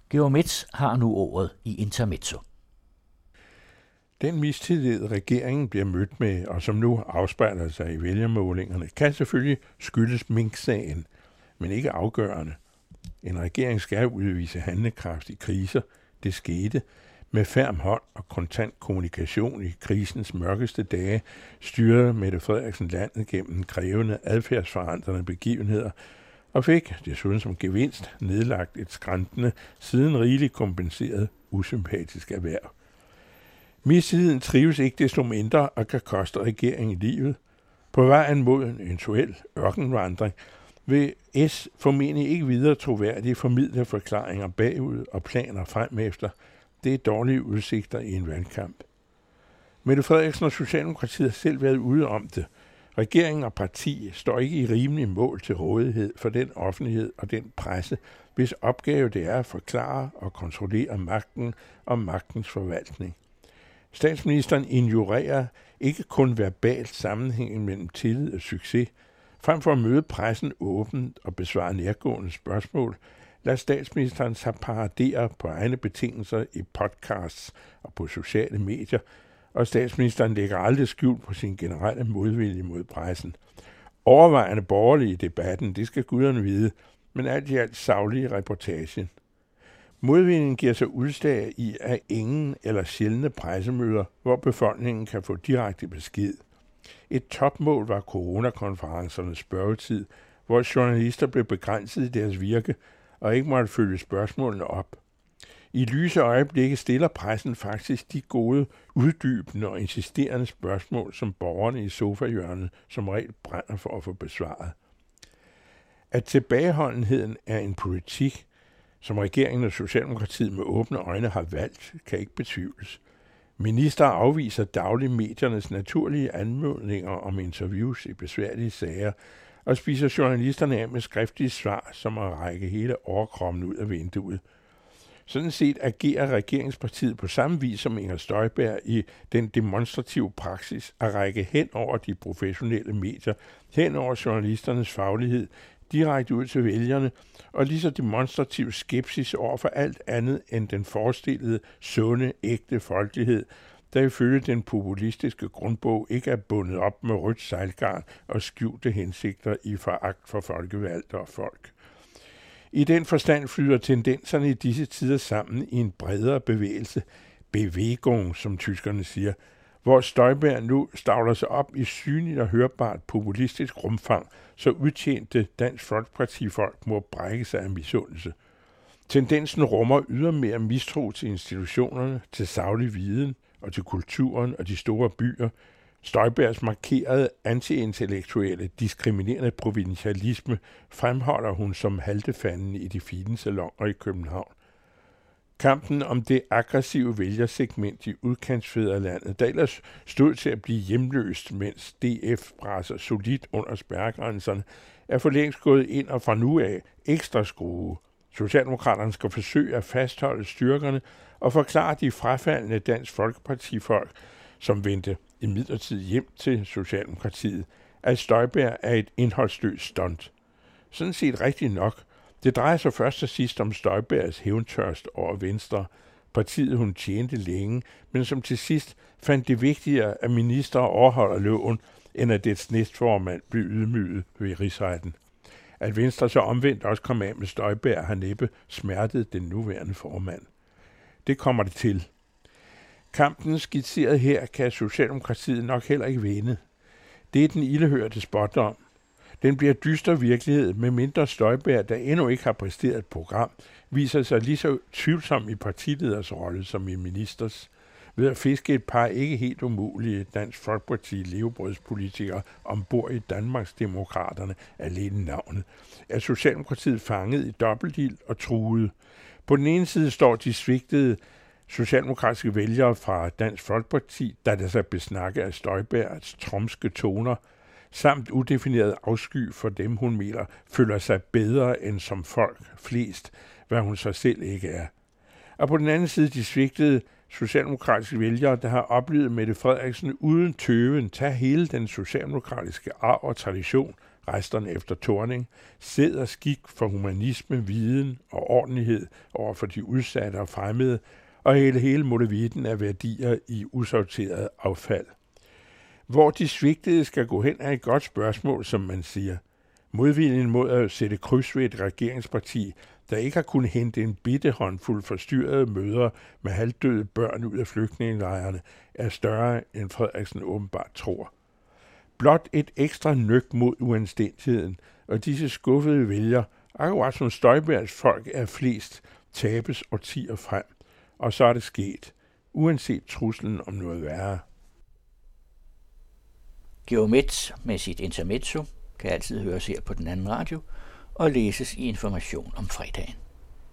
Georg Metz har nu ordet i Intermezzo. Den mistillid, regeringen bliver mødt med, og som nu afspejler sig i vælgermålingerne, kan selvfølgelig skyldes Mink-sagen, men ikke afgørende. En regering skal udvise handlekraft i kriser. Det skete. Med ferm hånd og kontant kommunikation i krisens mørkeste dage styrede Mette Frederiksen landet gennem krævende adfærdsforandrende begivenheder og fik desuden som gevinst nedlagt et skrantende, siden rigeligt kompenseret, usympatisk erhverv. Mistilliden trives ikke desto mindre og kan koste regeringen livet. På vejen mod en eventuel ørkenvandring vil S formentlig ikke videre troværdige formidle forklaringer bagud og planer frem efter. Det er dårlige udsigter i en valgkamp. Mette Frederiksen og Socialdemokratiet har selv været ude om det. Regeringen og parti står ikke i rimelig mål til rådighed for den offentlighed og den presse, hvis opgave det er at forklare og kontrollere magten og magtens forvaltning. Statsministeren ignorerer ikke kun verbalt sammenhængen mellem tillid og succes. Frem for at møde pressen åbent og besvare nærgående spørgsmål, lader statsministeren sig paradere på egne betingelser i podcasts og på sociale medier, og statsministeren lægger aldrig skjul på sin generelle modvilje mod pressen. Overvejende borgerlige i debatten, det skal guderne vide, men alt i alt saglige reportagen. Modviljen giver sig udslag i af ingen eller sjældne pressemøder, hvor befolkningen kan få direkte besked. Et topmål var coronakonferencernes spørgetid, hvor journalister blev begrænset i deres virke og ikke måtte følge spørgsmålene op. I lyse øjeblikke stiller pressen faktisk de gode, uddybende og insisterende spørgsmål, som borgerne i sofahjørnet som regel brænder for at få besvaret. At tilbageholdenheden er en politik, som regeringen og Socialdemokratiet med åbne øjne har valgt, kan ikke betvivles. Minister afviser dagligt mediernes naturlige anmodninger om interviews i besværlige sager og spiser journalisterne af med skriftlige svar, som at række hele overkroppen ud af vinduet. Sådan set agerer regeringspartiet på samme vis som Inger Støjberg i den demonstrative praksis at række hen over de professionelle medier, hen over journalisternes faglighed, direkte ud til vælgerne, og lige så demonstrativ skepsis over for alt andet end den forestillede, sunde, ægte folkelighed, der ifølge den populistiske grundbog ikke er bundet op med rødt sejlgarn og skjulte hensigter i foragt for folkevalgte og folk. I den forstand flyder tendenserne i disse tider sammen i en bredere bevægelse, Bewegung, som tyskerne siger, hvor Støjberg nu stavler sig op i synligt og hørbart populistisk rumfang, så udtjente Dansk Folkeparti-folk må brække sig af misundelse. Tendensen rummer ydermere mistro til institutionerne, til saglig viden og til kulturen og de store byer. Støjbergs markerede antiintellektuelle, diskriminerende provincialisme fremholder hun som haltefanden i de fine saloner i København. Kampen om det aggressive vælgersegment i udkantsfædrelandet, der ellers stod til at blive hjemløst, mens DF braser solidt under spærregrænserne, er for længst gået ind og fra nu af ekstra skrue. Socialdemokraterne skal forsøge at fastholde styrkerne og forklare de frafaldende Dansk Folkeparti-folk, som vendte imidlertid hjem til Socialdemokratiet, at Støjberg er et indholdsløst stunt. Sådan set rigtigt nok. Det drejer sig først og sidst om Støjbergs hævntørst over Venstre, partiet hun tjente længe, men som til sidst fandt det vigtigere, at minister overholder loven, end at dets næstformand blev ydmyget ved rigsretten. At Venstre så omvendt også kom af med Støjberg har næppe smertet den nuværende formand. Det kommer det til. Kampen skitseret her kan Socialdemokratiet nok heller ikke vinde. Det er den ildehørte spådom. Den bliver dyster virkelighed, med mindre Støjberg, der endnu ikke har præsteret et program, viser sig lige så tvivlsom i partileders rolle som i ministers, ved at fiske et par ikke helt umulige Dansk Folkeparti-levebrødspolitikere ombord i Danmarksdemokraterne alene navnet, er Socialdemokratiet fanget i dobbeltild og truet. På den ene side står de svigtede socialdemokratiske vælgere fra Dansk Folkeparti, der lader sig besnakke af Støjbergs tromske toner, samt udefineret afsky for dem, hun mener, føler sig bedre end som folk flest, hvad hun så selv ikke er. Og på den anden side de svigtede socialdemokratiske vælgere, der har oplevet Mette Frederiksen uden tøven tage hele den socialdemokratiske arv og tradition, resterne efter Thorning, sed og skik for humanisme, viden og ordentlighed over for de udsatte og fremmede, og hele molevitten af værdier i usorteret affald. Hvor de svigtede skal gå hen er et godt spørgsmål, som man siger. Modviljen mod at sætte kryds ved et regeringsparti, der ikke har kunnet hente en bitte håndfuld forstyrrede mødre med halvdøde børn ud af flygtningelejrene, er større end Frederiksen åbenbart tror. Blot et ekstra nøk mod uanstændigheden, og disse skuffede vælgere, akkurat som Støjbergs folk er flest, tabes årtier frem. Og så er det sket, uanset truslen om noget værre. Geomets med sit intermezzo kan altid høres her på den anden radio og læses i Information om fredagen.